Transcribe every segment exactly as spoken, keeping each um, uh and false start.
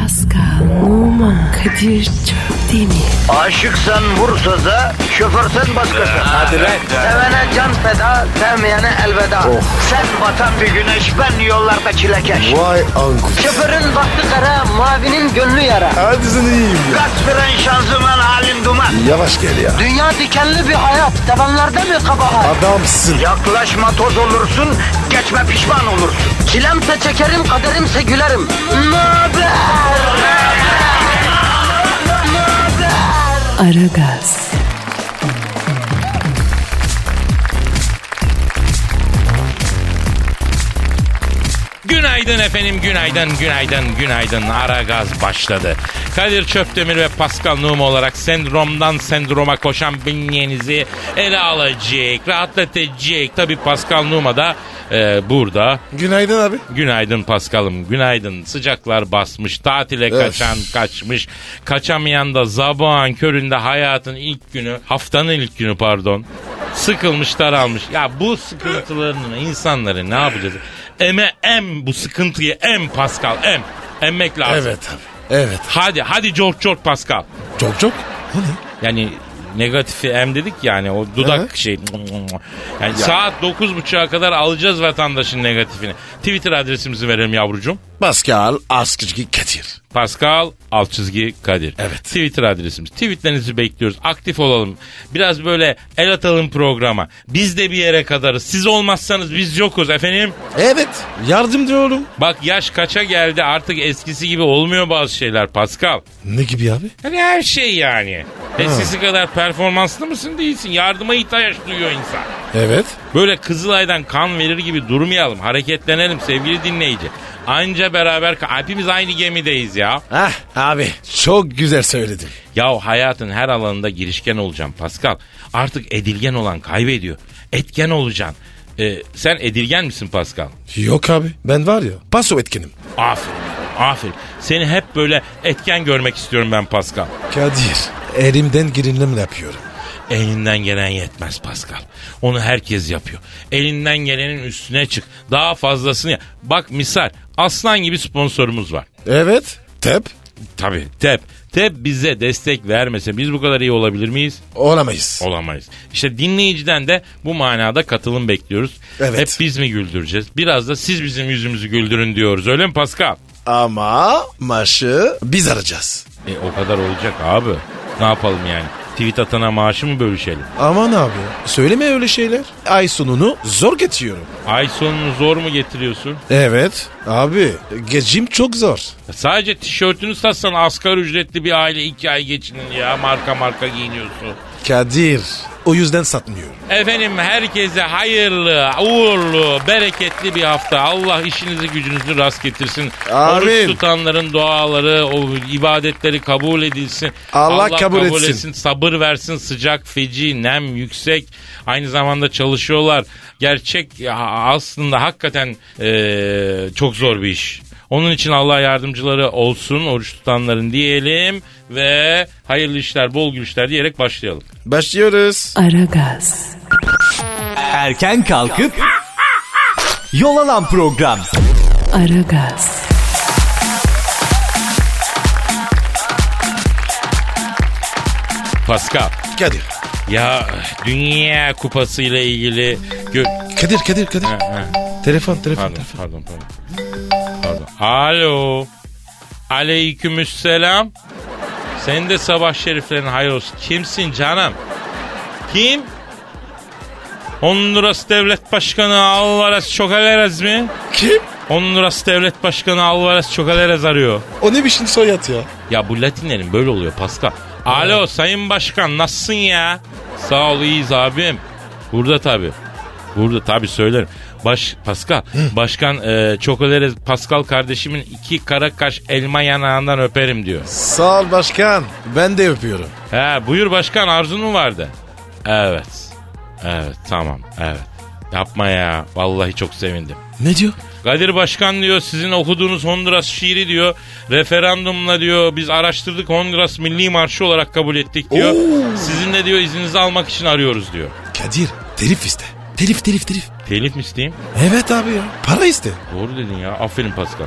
Pascal, Oman, Kadir çok değil mi? Aşıksan vursa da, şoförsen başkasın. Hadi lan. Sevene can feda, sevmeyene elveda. Oh. Sen batan bir güneş, ben yollarda çilekeş. Vay anku. Şoförün baktı kara, mavinin gönlü yara. Hadi sen iyiyim ya. Kasperen şanzıman halin duman. Yavaş gel ya. Dünya dikenli bir hayat, sevenlerde mi kabahar? Adamsın. Yaklaşma toz olursun, geçme pişman olursun. Çilemse çekerim, kaderimse gülerim. Möber! Aragaz. Günaydın efendim, günaydın, günaydın, günaydın. Aragaz başladı. Kadir Çöptemir ve Pascal Numa olarak sendromdan sendroma koşan bünyenizi ele alacak, rahatlatacak. Tabii Pascal Numa da e, burada. Günaydın abi. Günaydın Pascal'ım, günaydın. Sıcaklar basmış, tatile kaçan kaçmış. Kaçamayan da sabahın köründe hayatın ilk günü, haftanın ilk günü pardon. Sıkılmış, daralmış. Ya bu sıkıntılarını insanları ne yapacağız? Eme em bu sıkıntıyı em Pascal em. Emmek lazım. Evet abi. Evet. Hadi hadi çok çok Pascal. Çok çok. O ne? Yani negatifi em dedik yani o dudak Evet. şey. Yani saat dokuz buçuğa kadar alacağız vatandaşın negatifini. Twitter adresimizi verelim yavrucuğum. Pascal Askışki Kadir. Pascal alt çizgi Kadir. Evet. Twitter adresimiz. Tweetlerinizi bekliyoruz. Aktif olalım. Biraz böyle el atalım programa. Biz de bir yere kadarız. Siz olmazsanız biz yokuz efendim. Evet. Yardımcı oğlum. Bak yaş kaça geldi artık eskisi gibi olmuyor bazı şeyler Pascal. Ne gibi abi? Hani her şey yani. Eskisi kadar performanslı mısın değilsin. Yardıma ihtiyaç duyuyor insan. Evet. Böyle Kızılay'dan kan verir gibi durmayalım. Hareketlenelim sevgili dinleyici. Anca beraber hepimiz aynı gemideyiz ya. Hah abi çok güzel söyledin. Ya hayatın her alanında girişken olacaksın Pascal. Artık edilgen olan kaybediyor. Etken olacaksın. Ee, sen edilgen misin Pascal? Yok abi ben var ya paso etkinim. Aferin. Aferin. Seni hep böyle etken görmek istiyorum ben Pascal. Kadir elimden girinimle yapıyorum. Elinden gelen yetmez Pascal. Onu herkes yapıyor. Elinden gelenin üstüne çık. Daha fazlasını yap. Bak misal Aslan gibi sponsorumuz var. Evet. Tep. Tabii Tep. Tep bize destek vermese biz bu kadar iyi olabilir miyiz? Olamayız. Olamayız. İşte dinleyiciden de bu manada katılım bekliyoruz. Evet. Hep biz mi güldüreceğiz? Biraz da siz bizim yüzümüzü güldürün diyoruz. Öyle mi Pascal? Ama maaşı biz arayacağız. E o kadar olacak abi. Ne yapalım yani? Tweet atana maaşı mı bölüşelim? Aman abi söyleme öyle şeyler. Ay sonunu zor getiriyorum. Ay sonunu zor mu getiriyorsun? Evet. Abi geçim çok zor. Sadece tişörtünü satsan asgari ücretli bir aile iki ay geçinin ya. Marka marka giyiniyorsun. Kadir o yüzden satmıyorum. Efendim herkese hayırlı, uğurlu, bereketli bir hafta. Allah işinizi gücünüzü rast getirsin. Amin. Oruç tutanların duaları, o ibadetleri kabul edilsin. Allah kabul etsin. Sabır versin. Sıcak, feci, nem yüksek. Aynı zamanda çalışıyorlar. Gerçek aslında hakikaten ee, çok zor bir iş. Onun için Allah yardımcıları olsun oruç tutanların diyelim ve hayırlı işler, bol gülüşler diyerek başlayalım. Başlıyoruz. Aragaz. Erken kalkıp yol alan program. Aragaz. Pascal. Kadir. Ya Dünya Kupası ile ilgili gö- Kadir Kadir Kadir. Ha, ha. Telefon telefon. Pardon, telefon. pardon, pardon. Pardon. Alo. Aleykümselam. Senin de sabah şeriflerin hayır olsun. Kimsin canım? Kim? Honduras Devlet Başkanı Alvarez Çocalerez mi? Kim? Honduras Devlet Başkanı Alvarez Çocalerez arıyor. O ne biçim soyad ya? Ya bu Latinlerin böyle oluyor Pascal. Alo Sayın Başkan nasılsın ya? Sağ ol iyiyiz abim. Burada tabii. Burada tabii söylerim. Baş Pascal, Hı. Başkan e, Çocalerez Pascal kardeşimin iki kara kaş elma yanağından öperim diyor. Sağ ol başkan. Ben de öpüyorum. He buyur başkan arzun mu vardı? Evet. Evet tamam evet. Yapma ya vallahi çok sevindim. Ne diyor? Kadir Başkan diyor sizin okuduğunuz Honduras şiiri diyor referandumla diyor biz araştırdık Honduras Milli Marşı olarak kabul ettik diyor. Oo. Sizin de diyor izninizi almak için arıyoruz diyor. Kadir telif iste. Telif telif telif. Telif mi isteyeyim? Evet abi ya para iste. Doğru dedin ya aferin Pascal.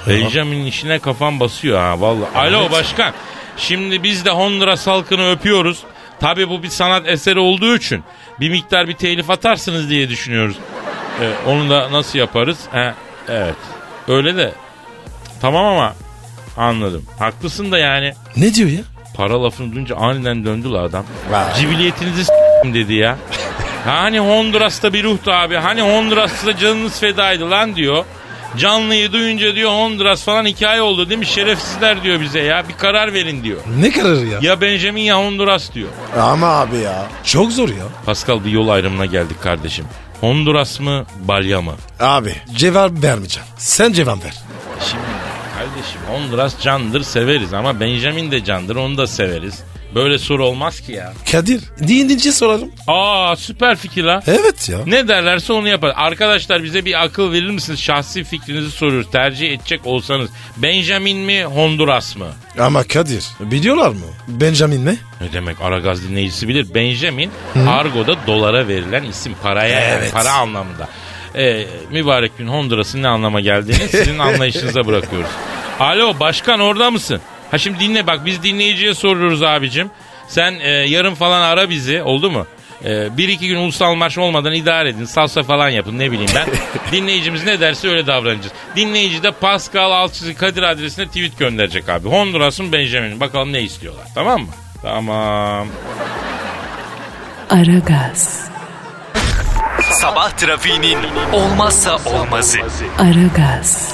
Benjamin'in işine kafam basıyor ha vallahi. Alo Evet. başkan. Şimdi biz de Honduras halkını öpüyoruz. Tabii bu bir sanat eseri olduğu için bir miktar bir telif atarsınız diye düşünüyoruz. Ee, onu da nasıl yaparız? He, evet. Öyle de. Tamam ama anladım. Haklısın da yani. Ne diyor ya? Para lafını duyunca aniden döndü la adam. Vay. Cibiliyetinizi s**tim dedi ya. Hani Honduras'ta bir ruhtu abi. Hani Honduras'ta canınız fedaydı lan diyor. Canlıyı duyunca diyor Honduras falan hikaye oldu değil mi? Şerefsizler diyor bize ya. Bir karar verin diyor. Ne kararı ya? Ya Benjamin ya Honduras diyor. Ama abi ya. Çok zor ya. Pascal bir yol ayrımına geldik kardeşim. Honduras mı Balya mı? Abi cevap vermeyeceğim. Sen cevap ver. Şimdi kardeşim Honduras candır severiz ama Benjamin de candır onu da severiz. Böyle soru olmaz ki ya. Kadir deyince sorarım. Aa süper fikir ha. Evet ya. Ne derlerse onu yapar. Arkadaşlar bize bir akıl verir misiniz? Şahsi fikrinizi soruyoruz. Tercih edecek olsanız Benjamin mi Honduras mı? Ama Kadir biliyorlar mı? Benjamin ne? Ne demek Aragaz dinleyicisi bilir. Benjamin argoda dolara verilen isim paraya yani, Evet. para anlamında. Ee, mübarek gün Honduras'ın ne anlama geldiğini sizin anlayışınıza bırakıyoruz. Alo başkan orada mısın? Ha şimdi dinle bak biz dinleyiciye soruyoruz abicim. Sen e, yarın falan ara bizi oldu mu? E, bir iki gün ulusal marş olmadan idare edin. Salsa falan yapın ne bileyim ben. Dinleyicimiz ne derse öyle davranacağız. Dinleyici de Pascal Alçızı Kadir adresine tweet gönderecek abi. Honduras'ın Benjamin'in bakalım ne istiyorlar tamam mı? Tamam. Aragaz, Sabah trafiğinin olmazsa olmazı. Aragaz,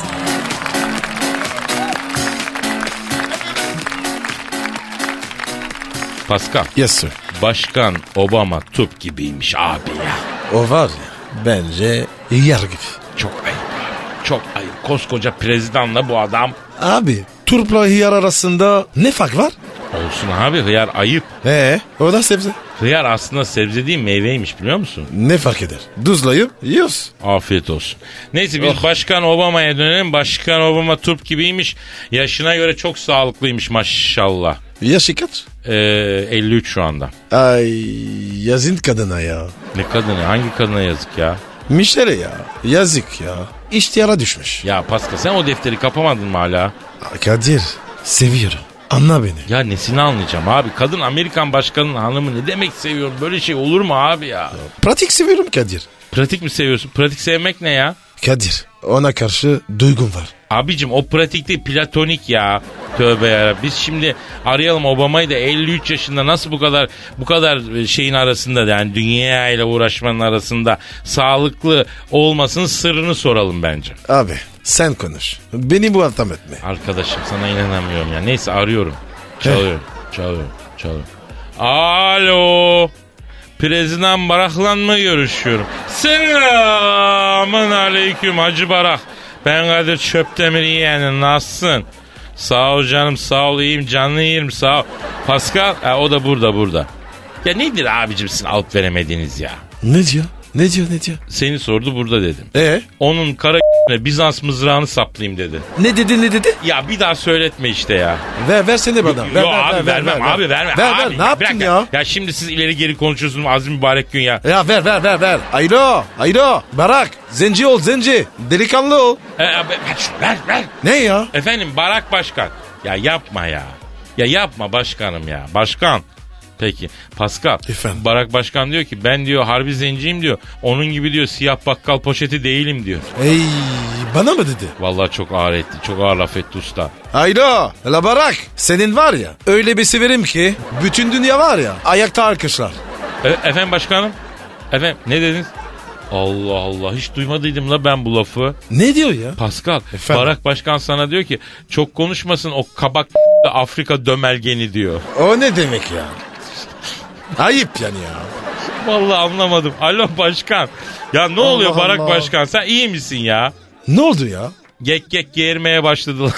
Pascal. Yes sir. Başkan Obama tup gibiymiş abi ya. O var ya bence yer gibi. Çok ayıp abi. Çok ayıp. Koskoca prezidanla bu adam. Abi turpla hıyar arasında ne fark var? Olsun abi hıyar ayıp. Ee, o da sebze. Hıyar aslında sebze değil meyveymiş biliyor musun? Ne fark eder? Duzlayıp yiyoruz. Afiyet olsun. Neyse biz Oh. Başkan Obama'ya dönelim. Başkan Obama turp gibiymiş. Yaşına göre çok sağlıklıymış maşallah. Yaşı kaç? Ee, elli üç şu anda. Ay yazın kadına ya. Ne kadını? Hangi kadına yazık ya? Michelle ya. Yazık ya. İhtiyara düşmüş. Ya Pascal sen o defteri kapamadın mı hala? Kadir seviyorum. Anla beni. Ya nesini anlayacağım abi? Kadın Amerikan başkanının hanımı ne demek seviyorum? Böyle şey olur mu abi ya? Pratik seviyorum Kadir. Pratik mi seviyorsun? Pratik sevmek ne ya? Kadir ona karşı duygum var. Abicim o pratik değil platonik ya. Tövbe ya. Biz şimdi arayalım Obama'yı da elli üç yaşında nasıl bu kadar bu kadar şeyin arasında yani dünya ile uğraşmanın arasında sağlıklı olmasının sırrını soralım bence. Abi sen konuş. Beni bu atam etme. Arkadaşım sana inanamıyorum ya. Neyse arıyorum. Çalıyorum. Çalıyorum. Çalıyorum. Alo. Prezident Barak'la mı görüşüyorum? Selamın aleyküm Hacı Barak. Ben Kadir Çöptemir yeğenin nasılsın? Sağ ol canım sağ ol iyiyim canlı yerim sağ ol. Pascal ha, o da burada burada. Ya nedir abicim sizin alıp veremediğiniz ya? Ne diyor? Ne diyor ne diyor? Seni sordu burada dedim. Ee? Onun kara Bizans mızrağını saplayayım dedi. Ne dedi ne dedi? Ya bir daha söyletme işte ya. Ver versene bana. Ver, Yo ver, abi ver, vermem ver, abi vermem. Ver abi, ver ne yaptın bırak ya? Ya şimdi siz ileri geri konuşuyorsunuz azim mübarek gün ya. Ya ver ver ver ver. Ayro ayro. Barak zenci ol zenci. Delikanlı ol. Ee, ver, ver ver. Ne ya? Efendim Barak Başkan. Ya yapma ya. Ya yapma başkanım ya. Başkan. Peki Pascal. Efendim? Barak Başkan diyor ki ben diyor harbi zenciyim diyor. Onun gibi diyor siyah bakkal poşeti değilim diyor. Ey bana mı dedi? Vallahi çok ağır etti. Çok ağır laf etti usta. Ayro la Barak. Senin var ya öyle bir severim ki bütün dünya var ya ayakta alkışlar. E, efendim başkanım. Efendim ne dediniz? Allah Allah hiç duymadıydım la ben bu lafı. Ne diyor ya? Pascal, Efendim? Barak Başkan sana diyor ki çok konuşmasın o kabak Afrika dömelgeni diyor. O ne demek ya? Ayıp yani ya. Vallahi anlamadım. Alo başkan. Ya ne oluyor Allah Barak Allah. Başkan sen iyi misin ya? Ne oldu ya? Gek gek geğirmeye başladılar.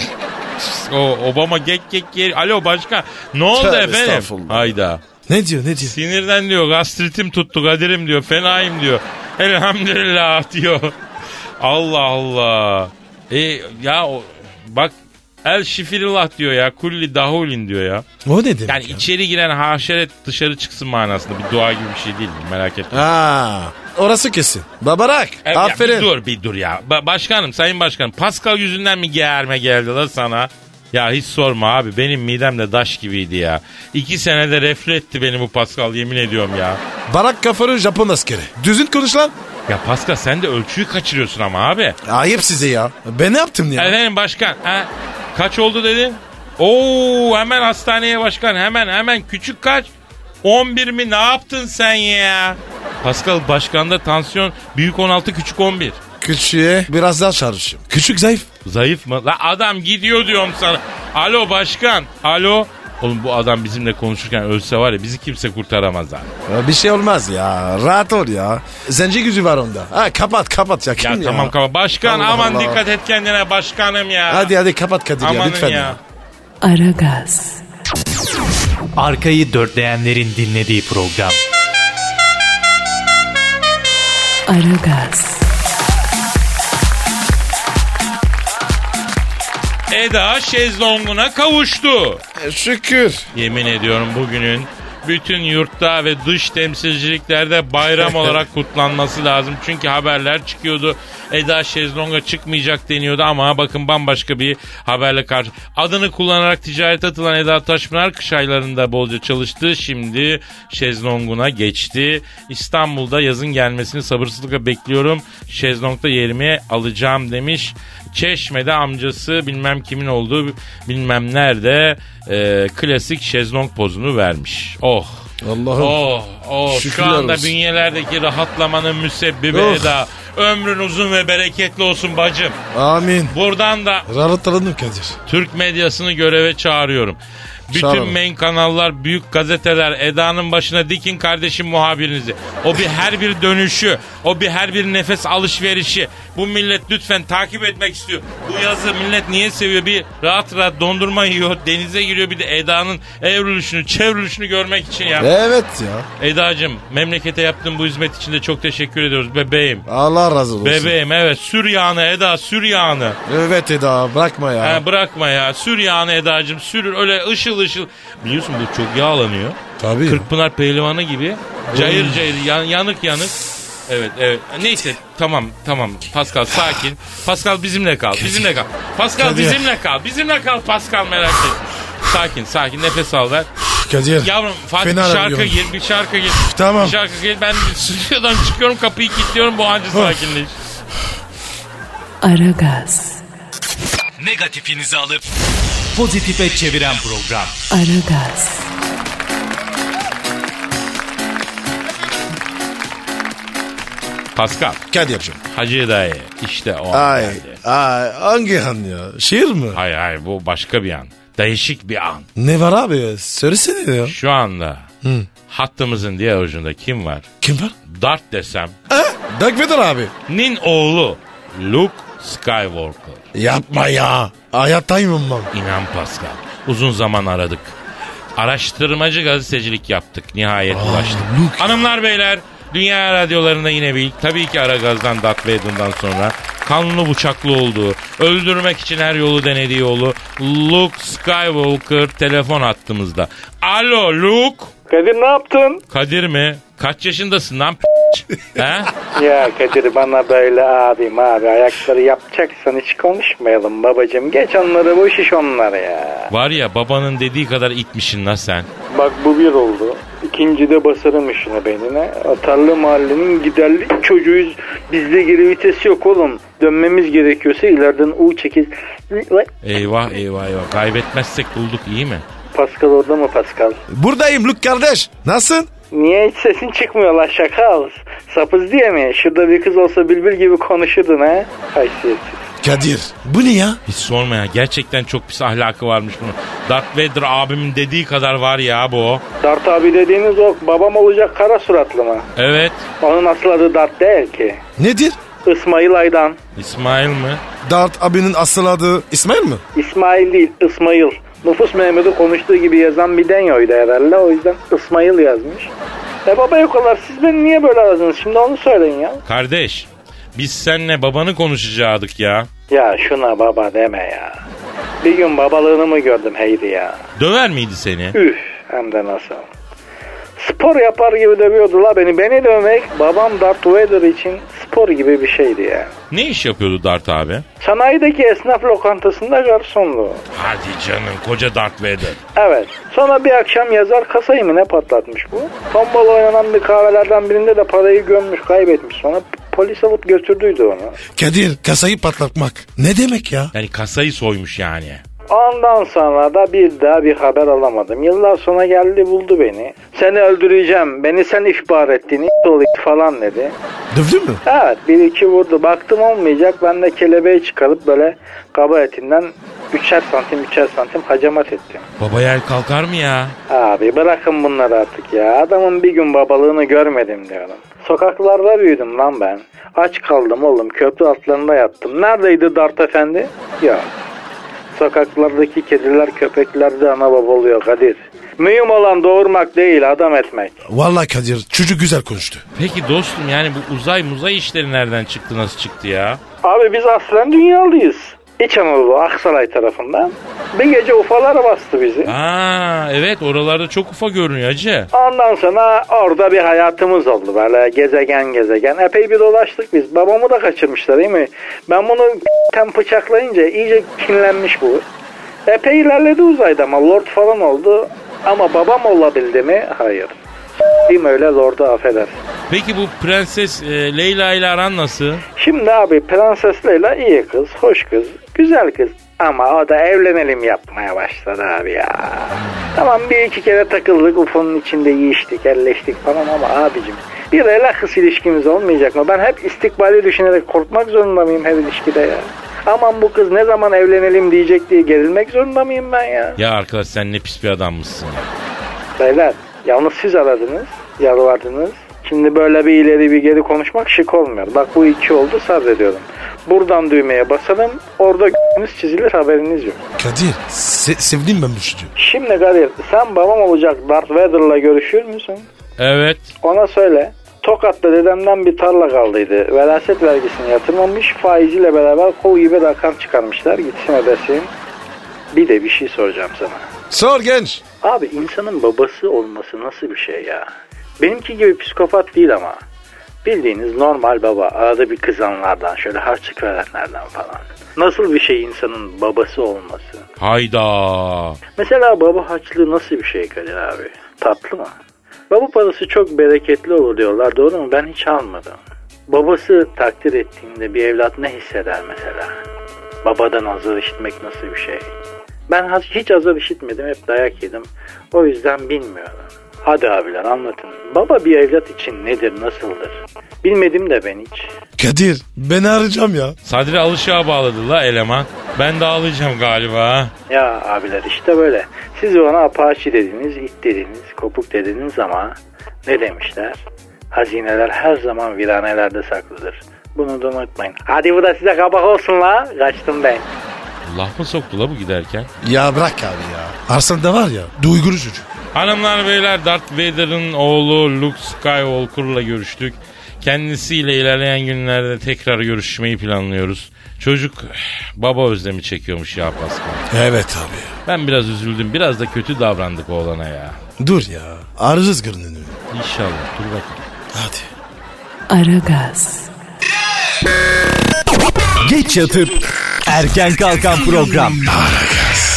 o Obama gek gek geğir. Alo başkan ne oldu Tövbe efendim? estağfurullah. Hayda. Ne diyor ne diyor? Sinirden diyor gastritim tuttu Kadir'im diyor fenayım diyor. Elhamdülillah diyor. Allah Allah. E ya o, bak el şifirullah diyor ya kulli dahulin diyor ya. O ne demek Yani ya? içeri giren haşeret dışarı çıksın manasında bir dua gibi bir şey değil merak etme. Ha, orası kesin. Babarak. Evet, ya Aferin. bir dur bir dur ya. Ba- başkanım, sayın başkanım, Pascal yüzünden mi germe geldi la sana? Ya hiç sorma abi, benim midem de daş gibiydi ya. İki senede reflü etti beni bu Pascal, yemin ediyorum ya. Barak kafanın Japon askeri. Düzgün konuş lan. Ya Pascal, sen de ölçüyü kaçırıyorsun ama abi. Ayıp size ya. Ben ne yaptım ya? Efendim başkan, ha? Kaç oldu dedin? Oo, hemen hastaneye başkan, hemen hemen. Küçük kaç? on bir mi? Ne yaptın sen ya? Pascal, başkanda tansiyon büyük on altı, küçük on bir. Küçüğe biraz daha çalışıyorum. Küçük zayıf. Zayıf mı? La adam gidiyor diyorum sana. Alo başkan. Alo. Oğlum bu adam bizimle konuşurken ölse var ya, bizi kimse kurtaramaz abi. Ya bir şey olmaz ya. Rahat ol ya. Zenci gücü var onda. Ha kapat kapat ya. Kim Ya, ya tamam kapat. Başkan Allah aman Allah. dikkat et kendine başkanım ya. Hadi hadi kapat Kadir ya Amanın lütfen ya. ya. Aragaz, Arkayı dörtleyenlerin dinlediği program. Aragaz, Eda şezlonguna kavuştu. E, şükür. Yemin ediyorum bugünün bütün yurtta ve dış temsilciliklerde bayram olarak kutlanması lazım. Çünkü haberler çıkıyordu. Eda şezlonga çıkmayacak deniyordu ama bakın bambaşka bir haberle karşı. Adını kullanarak ticarete atılan Eda Taşpınar kış aylarında bolca çalıştı. Şimdi şezlonguna geçti. İstanbul'da yazın gelmesini sabırsızlıkla bekliyorum. Şezlongda yerimi alacağım demiş. Çeşme'de amcası bilmem kimin olduğu bilmem nerede e, klasik şezlong pozunu vermiş. Oh. Allah'ım. Oh, oh. Şu Şükürler anda olsun. bünyelerdeki rahatlamanın müsebbibi Oh. Eda. Ömrün uzun ve bereketli olsun bacım. Amin. Buradan da Rahatladım Kadir. Türk medyasını göreve çağırıyorum. Bütün Çağıralım. main kanallar, büyük gazeteler, Eda'nın başına dikin kardeşim muhabirinizi. O bir her bir dönüşü, o bir her bir nefes alışverişi. Bu millet lütfen takip etmek istiyor. Bu yazı millet niye seviyor? Bir rahat rahat dondurma yiyor, denize giriyor, bir de Eda'nın evrilişini, çevrilişini görmek için ya. Evet ya. Eda'cığım, memlekete yaptığın bu hizmet için de çok teşekkür ediyoruz bebeğim. Allah razı olsun. Bebeğim, evet, sür yağını Eda, sür yağını. Evet Eda bırakma ya. Ha, bırakma ya, sür yağını Eda'cığım, sürür öyle ışıl ışıl. Biliyorsun bu çok yağlanıyor. Tabii. Kırkpınar pehlivanı gibi cayır cayır yan, yanık yanık. Evet evet, neyse tamam tamam Pascal sakin. Pascal bizimle kal, bizimle kal. Pascal Kadir. bizimle kal, bizimle kal Pascal, merak etme. Sakin sakin, nefes al ver. Kadir. Yavrum Fatih Fena bir şarkı arıyorum. gir, bir şarkı gir. Tamam. Bir şarkı gir, ben stüdyodan çıkıyorum, kapıyı kilitliyorum, bu anca sakinleş. Aragaz, Negatifinizi alıp pozitife çeviren program. Aragaz, Pascal, Kadir'cim. Hacı dayı, işte o an Ay, geldi. ay hangi an ya? Şiir mi? Hayır hayır, bu başka bir an. Değişik bir an. Ne var abi ya? Söylesene ya. Şu anda hattımızın diğer ucunda kim var? Kim var? Dart desem. Ha? Darth Vader abi. Nin oğlu Luke Skywalker. Yapma ya. Hayattayım ben. İnan Pascal. Uzun zaman aradık. Araştırmacı gazetecilik yaptık. Nihayet ulaştık. Luke. Hanımlar beyler, dünya radyolarında yine bir tabii ki Aragaz'dan, Darth Vader'dan sonra kanlı bıçaklı olduğu, öldürmek için her yolu denediği yolu Luke Skywalker telefon hattımızda. Alo Luke. Kadir ne yaptın? Kadir mi? Kaç yaşındasın lan p***? He? Ya Kadir bana böyle abim abi ayakları yapacaksan hiç konuşmayalım babacığım. Geç onları, boş iş onlar ya. Var ya, babanın dediği kadar itmişsin la sen. Bak bu bir oldu. İkinci de basarım işine beynine. Atarlı mahallenin giderli çocuğuyuz. Bizde geri vites yok oğlum. Dönmemiz gerekiyorsa ileriden U çekiz. Eyvah eyvah eyvah. Kaybetmezsek bulduk, iyi mi? Pascal orada mı Pascal? Buradayım Luke kardeş. Nasılsın? Niye hiç sesin çıkmıyor la şakal? Sapız diye mi? Şurada bir kız olsa bülbül gibi konuşurdun ha? Haysiyetsiz. Kadir. Bu ne ya? Hiç sorma ya. Gerçekten çok pis ahlakı varmış bunun. Darth Vader abimin dediği kadar var ya bu. Dart abi dediğiniz o babam olacak kara suratlı mı? Evet. Onun asıl adı Dart değil ki. Nedir? İsmail Aydan. İsmail mi? Darth abinin asıl adı İsmail mi? İsmail değil, İsmail. Nüfus Mehmet'i konuştuğu gibi yazan bir denyoydu herhalde. O yüzden İsmail yazmış. E baba yok olar, siz beni niye böyle aradınız? Şimdi onu söyleyin ya. Kardeş, biz seninle babanı konuşacaktık ya. Ya şuna baba deme ya. Bir gün babalığını mı gördüm heydi ya. Döver miydi seni? Üf, hem de nasıl. spor yapar gibi dövüyordu la beni. Beni dövmek babam Darth Vader için spor gibi bir şeydi yani. Ne iş yapıyordu Dart abi? Sanayideki esnaf lokantasında garsonluğu. Hadi canım, koca Darth Vader. Evet. Sonra bir akşam yazar kasayı mı ne patlatmış bu? Tombala oynanan bir kahvelerden birinde de parayı gömmüş, kaybetmiş. Sonra polis alıp götürdüydü onu. Kadir, kasayı patlatmak ne demek ya? Yani kasayı soymuş yani. Ondan sonra da bir daha bir haber alamadım. Yıllar sonra geldi buldu beni. Seni öldüreceğim, beni sen ihbar ettin falan dedi. Dövdü mü? Evet, bir iki vurdu. Baktım olmayacak, ben de kelebeği çıkarıp böyle kaba etinden üçer santim üçer santim hacamat ettim. Babaya el kalkar mı ya? Abi bırakın bunları artık ya. Adamın bir gün babalığını görmedim diyorum. Sokaklarda büyüdüm lan ben. Aç kaldım oğlum, köprü altlarında yattım. Neredeydi Dart Efendi? Yok. Sokaklardaki kediler köpekler de ana baba oluyor Kadir. Mühim olan doğurmak değil, adam etmek. Vallahi Kadir, çocuk güzel konuştu. Peki dostum, yani bu uzay muzay işleri nereden çıktı, nasıl çıktı ya? Abi biz aslen dünyalıyız. İç Anadolu, Aksaray tarafından. Bir gece ufalar bastı bizi. Aa evet, oralarda çok ufa görünüyor hacı. Ondan sonra orada bir hayatımız oldu böyle gezegen gezegen. Epey bir dolaştık biz. Babamı da kaçırmışlar değil mi? Ben bunu tem bıçaklayınca iyice kinlenmiş bu. Epey ilerledi uzayda ama lord falan oldu. Ama babam olabildi mi? Hayır. Değil mi öyle lordu, affedersin. Peki bu Prenses e, Leyla ile aran nasıl? Şimdi abi Prenses Leyla iyi kız, hoş kız, güzel kız. Ama o da evlenelim yapmaya başladı abi ya. Tamam, bir iki kere takıldık, U F O'nun içinde yiyiştik, elleştik falan ama abicim bir relax ilişkimiz olmayacak mı? Ben hep istikbali düşünerek korkmak zorunda mıyım her ilişkide ya? Aman bu kız ne zaman evlenelim diyecek diye gerilmek zorunda mıyım ben ya? Ya arkadaş, sen ne pis bir adammışsın ya. Beyler, yalnız siz aradınız, yalvardınız. Şimdi böyle bir ileri bir geri konuşmak şık olmuyor. Bak bu iki oldu, sabrediyorum. Buradan düğmeye basalım, orada g***niz çizilir, haberiniz yok. Kadir, se- sevdim ben bu çocuğu. Şimdi Kadir, sen babam olacak Darth Vader'la görüşür müsün? Evet. Ona söyle. Tokat'ta dedemden bir tarla kaldıydı. Veraset vergisini yatırmamış, faiziyle beraber kol gibi rakam çıkarmışlar. Gitsin ödesin. Bir de bir şey soracağım sana. Sor genç. Abi insanın babası olması nasıl bir şey ya? Benimki gibi psikopat değil ama. Bildiğiniz normal baba. Arada bir kızanlardan, şöyle harçlık verenlerden falan. Nasıl bir şey insanın babası olması? Hayda. Mesela baba harçlığı nasıl bir şey Kadir abi? Tatlı mı? Baba parası çok bereketli olur diyorlar, doğru mu? Ben hiç almadım. Babası takdir ettiğinde bir evlat ne hisseder mesela? Babadan azar işitmek nasıl bir şey? Ben hiç azar işitmedim, hep dayak yedim. O yüzden bilmiyorum. Hadi abiler anlatın. Baba bir evlat için nedir, nasıldır? Bilmedim de ben hiç. Kadir, beni arayacağım ya. Sadri alışığa bağladı la eleman. Ben de ağlayacağım galiba. Ya abiler işte böyle. Siz bana apaçi dediniz, it dediniz, kopuk dediniz ama ne demişler? Hazineler her zaman viranelerde saklıdır. Bunu da unutmayın. Hadi bu da size kabak olsun la. Kaçtım ben. Laf mı soktu la bu giderken? Ya bırak abi ya. Arslan da var ya, duygulu çocuk. Hanımlar beyler, Darth Vader'ın oğlu Luke Skywalker'la görüştük. Kendisiyle ilerleyen günlerde tekrar görüşmeyi planlıyoruz. Çocuk baba özlemi çekiyormuş ya Pascal. Evet abi. Ben biraz üzüldüm. Biraz da kötü davrandık oğlana ya. Dur ya. Ararız gırnını. İnşallah. Dur bakalım. Hadi. Aragaz. Geç yatıp erken kalkan program. Aragaz.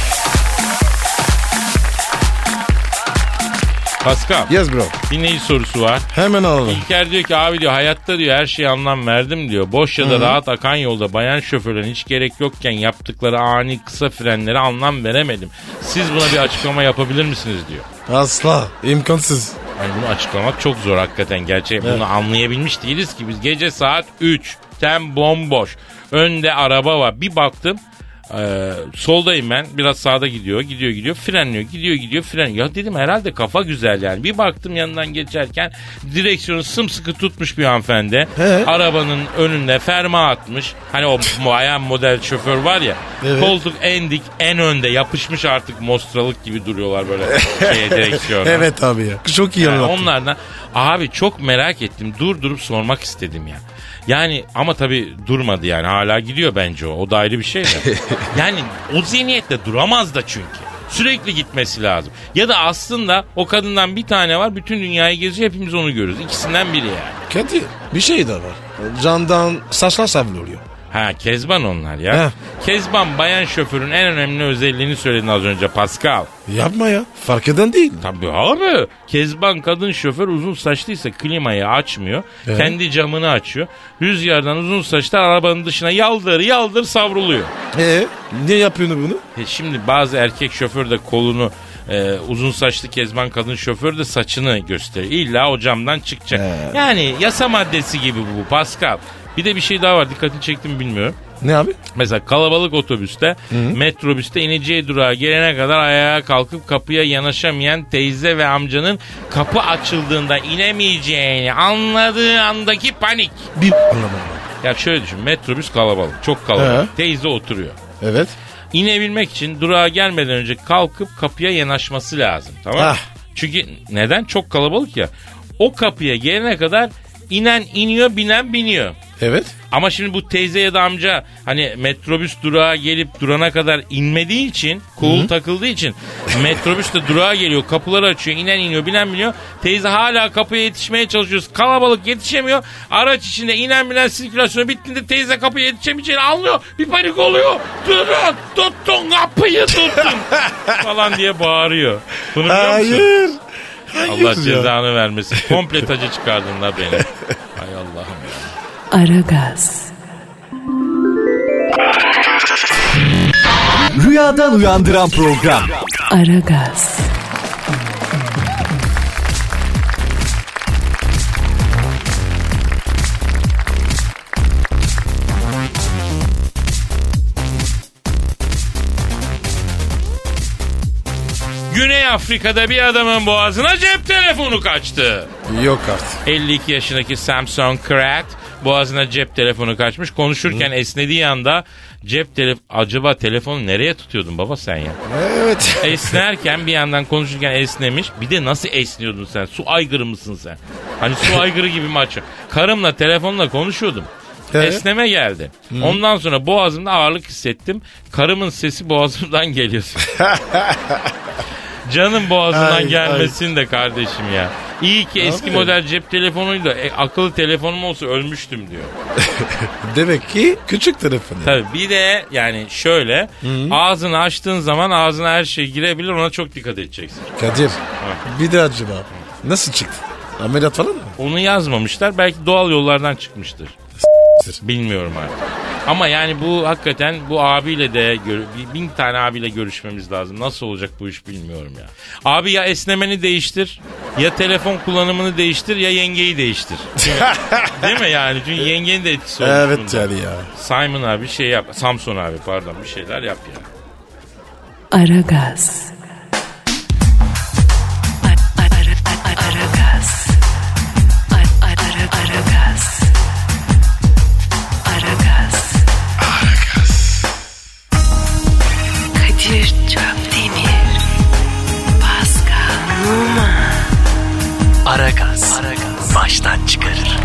Pascal. Yes bro. Dinleyici sorusu var. Hemen alalım. İlker diyor ki abi diyor hayatta diyor her şeye anlam verdim diyor. Boş ya da Hı-hı. rahat akan yolda bayan şoförlerin hiç gerek yokken yaptıkları ani kısa frenlere anlam veremedim. Siz buna bir açıklama yapabilir misiniz diyor. Asla. İmkansız. Yani bunu açıklamak çok zor hakikaten. Gerçi evet. Bunu anlayabilmiş değiliz ki biz. Gece saat üç. Tem bomboş. Önde araba var. Bir baktım. Ee, soldayım ben, biraz sağda gidiyor gidiyor gidiyor frenliyor gidiyor gidiyor frenliyor. Ya dedim herhalde kafa güzel yani. Bir baktım yanından geçerken direksiyonu sımsıkı tutmuş bir hanımefendi. He. Arabanın önünde ferma atmış. Hani o bayan model şoför var ya. Evet. Koltuk en dik en önde yapışmış, artık mostralık gibi duruyorlar böyle şeye, direksiyona. Evet abi ya, çok iyi yani anlattın. Onlardan abi çok merak ettim, durdurup sormak istedim ya. Yani ama tabii durmadı yani, hala gidiyor bence o. O da ayrı bir şey de. Yani o zihniyetle duramaz da çünkü. Sürekli gitmesi lazım. Ya da aslında o kadından bir tane var, bütün dünyayı geziyor, hepimiz onu görüyoruz. İkisinden biri yani. Kadir bir şey de var. Candan saçlar savruluyor. Ha, Kezban onlar ya. Heh. Kezban bayan şoförün en önemli özelliğini söyledin az önce Pascal. Yapma ya. Fark eden değil. Tabii abi. Kezban kadın şoför uzun saçlıysa klimayı açmıyor. Evet. Kendi camını açıyor. Rüzgardan uzun saçlar arabanın dışına yaldır yaldır savruluyor. Ee, niye yapıyorsun bunu? E şimdi bazı erkek şoför de kolunu, e, uzun saçlı Kezban kadın şoför de saçını gösteriyor. İlla o camdan çıkacak. He. Yani yasa maddesi gibi bu Pascal. Bir de bir şey daha var, dikkatini çekti mi bilmiyorum. Ne abi? Mesela kalabalık otobüste, Hı-hı. metrobüste ineceği durağa gelene kadar ayağa kalkıp kapıya yanaşamayan teyze ve amcanın kapı açıldığında inemeyeceğini anladığı andaki panik. Bir anlamadım. Ya şöyle düşün, metrobüs kalabalık, çok kalabalık. He. Teyze oturuyor. Evet. İnebilmek için durağa gelmeden önce kalkıp kapıya yanaşması lazım, tamam mı? Ah. Çünkü neden? Çok kalabalık ya. O kapıya gelene kadar inen iniyor, binen biniyor. Evet. Ama şimdi bu teyze ya da amca hani metrobüs durağa gelip durana kadar inmediği için, cool Hı-hı. takıldığı için metrobüs de durağa geliyor, kapıları açıyor, inen iniyor, binen biniyor. Teyze hala kapıya yetişmeye çalışıyor, kalabalık yetişemiyor. Araç içinde inen binen sirkülasyonu bittiğinde teyze kapıya yetişemeyeceğini anlıyor. Bir panik oluyor. Durun, tutun kapıyı tutun falan diye bağırıyor. Bunu biliyor musun? Hayır. Hayır Allah ya. cezanı vermesin. Komple tacı çıkardın da beni. Hay Allah'ım ya. Aragaz, Rüyadan uyandıran program. Aragaz, Güney Afrika'da bir adamın boğazına cep telefonu kaçtı. Yok artık. elli iki yaşındaki Samson Crack boğazına cep telefonu kaçmış. Konuşurken Hı. esnediği anda cep telefonu... Acaba telefonu nereye tutuyordun baba sen ya? Evet. Esnerken bir yandan konuşurken esnemiş. Bir de nasıl esniyordun sen? Su aygırı mısın sen? Hani su aygırı gibi mi açıyor? Karımla telefonla konuşuyordum. Evet. Esneme geldi. Hı. Ondan sonra boğazımda ağırlık hissettim. Karımın sesi boğazımdan geliyor. Canım boğazından ay, gelmesin ay. de kardeşim ya. İyi ki eski Abi. model cep telefonuydu. E, akıllı telefonum olsa ölmüştüm diyor. Demek ki küçük telefon. Tabii bir de yani şöyle Hı-hı. ağzını açtığın zaman ağzına her şey girebilir, ona çok dikkat edeceksin. Kadir ha. bir de acaba nasıl çıktı? Ameliyat falan mı? Onu yazmamışlar, belki doğal yollardan çıkmıştır. Bilmiyorum artık. Ama yani bu hakikaten bu abiyle de gör, bin tane abiyle görüşmemiz lazım. Nasıl olacak bu iş bilmiyorum ya. Abi ya esnemeni değiştir, ya telefon kullanımını değiştir, ya yengeyi değiştir. Değil mi yani? Çünkü yengenin de etkisi olmuş. Evet bunda. yani ya. Simon abi şey yap. Samson abi pardon bir şeyler yap ya. Aragaz. Aragaz. Aragaz. Kadir Çöpdemir, Pascal Numa. Aragaz, baştan çıkarır.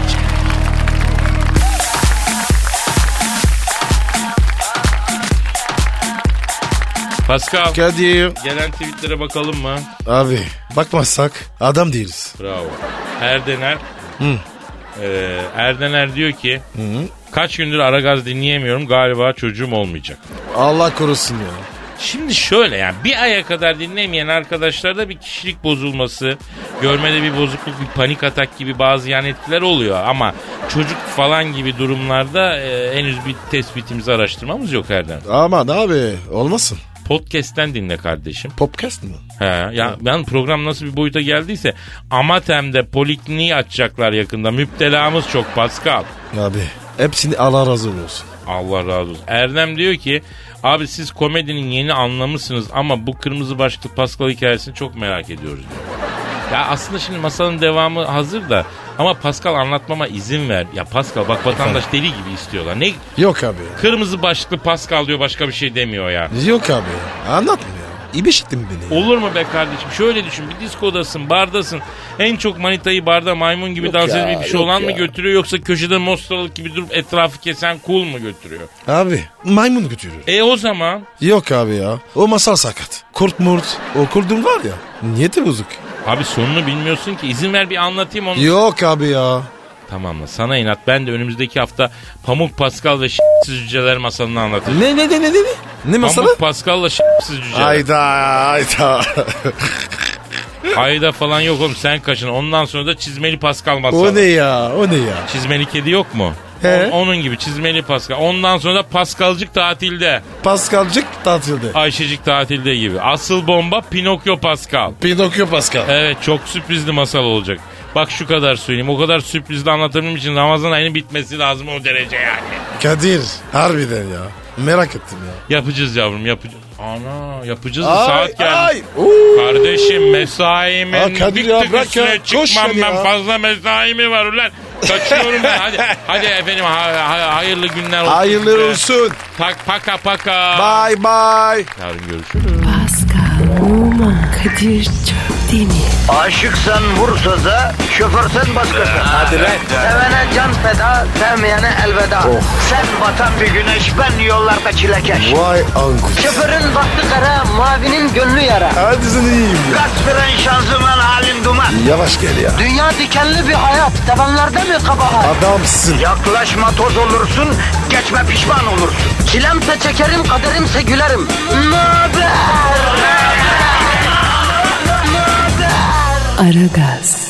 Pascal, Kadir. gelen tweetlere bakalım mı? Abi bakmazsak adam değiliz. Bravo. Erdener. Hı. Ee, Erdener diyor ki Hı. kaç gündür Aragaz dinleyemiyorum, galiba çocuğum olmayacak. Allah korusun ya. Şimdi şöyle yani bir aya kadar dinlemeyen arkadaşlarda bir kişilik bozulması, görmede bir bozukluk, bir panik atak gibi bazı yan etkiler oluyor. Ama çocuk falan gibi durumlarda e, henüz bir tespitimizi, araştırmamız yok Erdem. Aman abi olmasın. Podcast'ten dinle kardeşim. Podcast mı? He, ya ben program nasıl bir boyuta geldiyse Amatem'de polikliniği açacaklar yakında. Müptelamız çok Pascal. Abi hepsini Allah razı olsun. Allah razı olsun. Erdem diyor ki abi siz komedinin yeni anlamısınız ama bu kırmızı başlıklı Pascal hikayesini çok merak ediyoruz diyor. Ya aslında şimdi masalın devamı hazır da ama Pascal anlatmama izin ver. Ya Pascal bak vatandaş deli gibi istiyorlar. Ne? Yok abi. Kırmızı başlıklı Pascal diyor, başka bir şey demiyor ya. Yok abi anlatma ya. İbiş ettin beni. Olur mu be kardeşim? Şöyle düşün, bir diskodasın, bardasın. En çok manitayı barda maymun gibi Yok dans ya, edip bir şey yok olan ya. mı götürüyor, yoksa köşede mostralık gibi durup etrafı kesen kul mu götürüyor? Abi maymun götürür. E o zaman Yok abi ya. O masal sakat. Kurt murt. O kurdun var ya. Niyeti bozuk. abi sonunu bilmiyorsun ki, izin ver bir anlatayım onu. Yok abi ya. Tamam mı? Sana inat, ben de önümüzdeki hafta Pamuk Pascal ve s**siz cüceler masalını anlatacağım. Ne ne ne ne ne? Ne masalı? Pamuk Pascal'la s**siz cüceler. Hayda hayda. Hayda falan yok oğlum, sen kaçın. Ondan sonra da Çizmeli Pascal masalı. O ne ya o ne ya? Çizmeli kedi yok mu? He. On- onun gibi Çizmeli Pascal. Ondan sonra da Pascalcık tatilde. Pascalcık tatilde. Ayşecik tatilde gibi. Asıl bomba Pinokyo Pascal. Pinokyo Pascal. Evet, çok sürprizli masal olacak. Bak şu kadar söyleyeyim. O kadar sürprizli anlatabilmem için Ramazan ayının bitmesi lazım, o derece yani. Kadir harbiden ya. Merak ettim ya. Yapacağız yavrum, yapacağız. Ana yapacağız, Ay, saat geldi. ay. Oo. Kardeşim mesaimin Aa, Kadir bir ya, tık bırak üstüne ya, koş çıkmam beni ben, ya. fazla mesai mi var ulan? Kaçıyorum ben, hadi hadi efendim, ha, ha, hayırlı günler olsun. Hayırlı size. olsun. Tak paka paka. Bye bye. Yarın görüşürüz. Pascal, Oman, Kadir çok değil mi? Aşıksan vursa da, şoförsen başkasın. Hadi lan. Sevene can feda, sevmeyene elveda. Sen batan bir güneş, ben yollarda çilekeş. Vay anku. Şoförün baktı kara, mavinin gönlü yara. Hadi sen iyiyim ya. Kasperen şanzıman halin duman. Yavaş gel ya. Dünya dikenli bir hayat, sevenlerde mi kabahar? Adamsın. Yaklaşma toz olursun, geçme pişman olursun. Çilemse çekerim, kaderimse gülerim. Möber! Aragaz.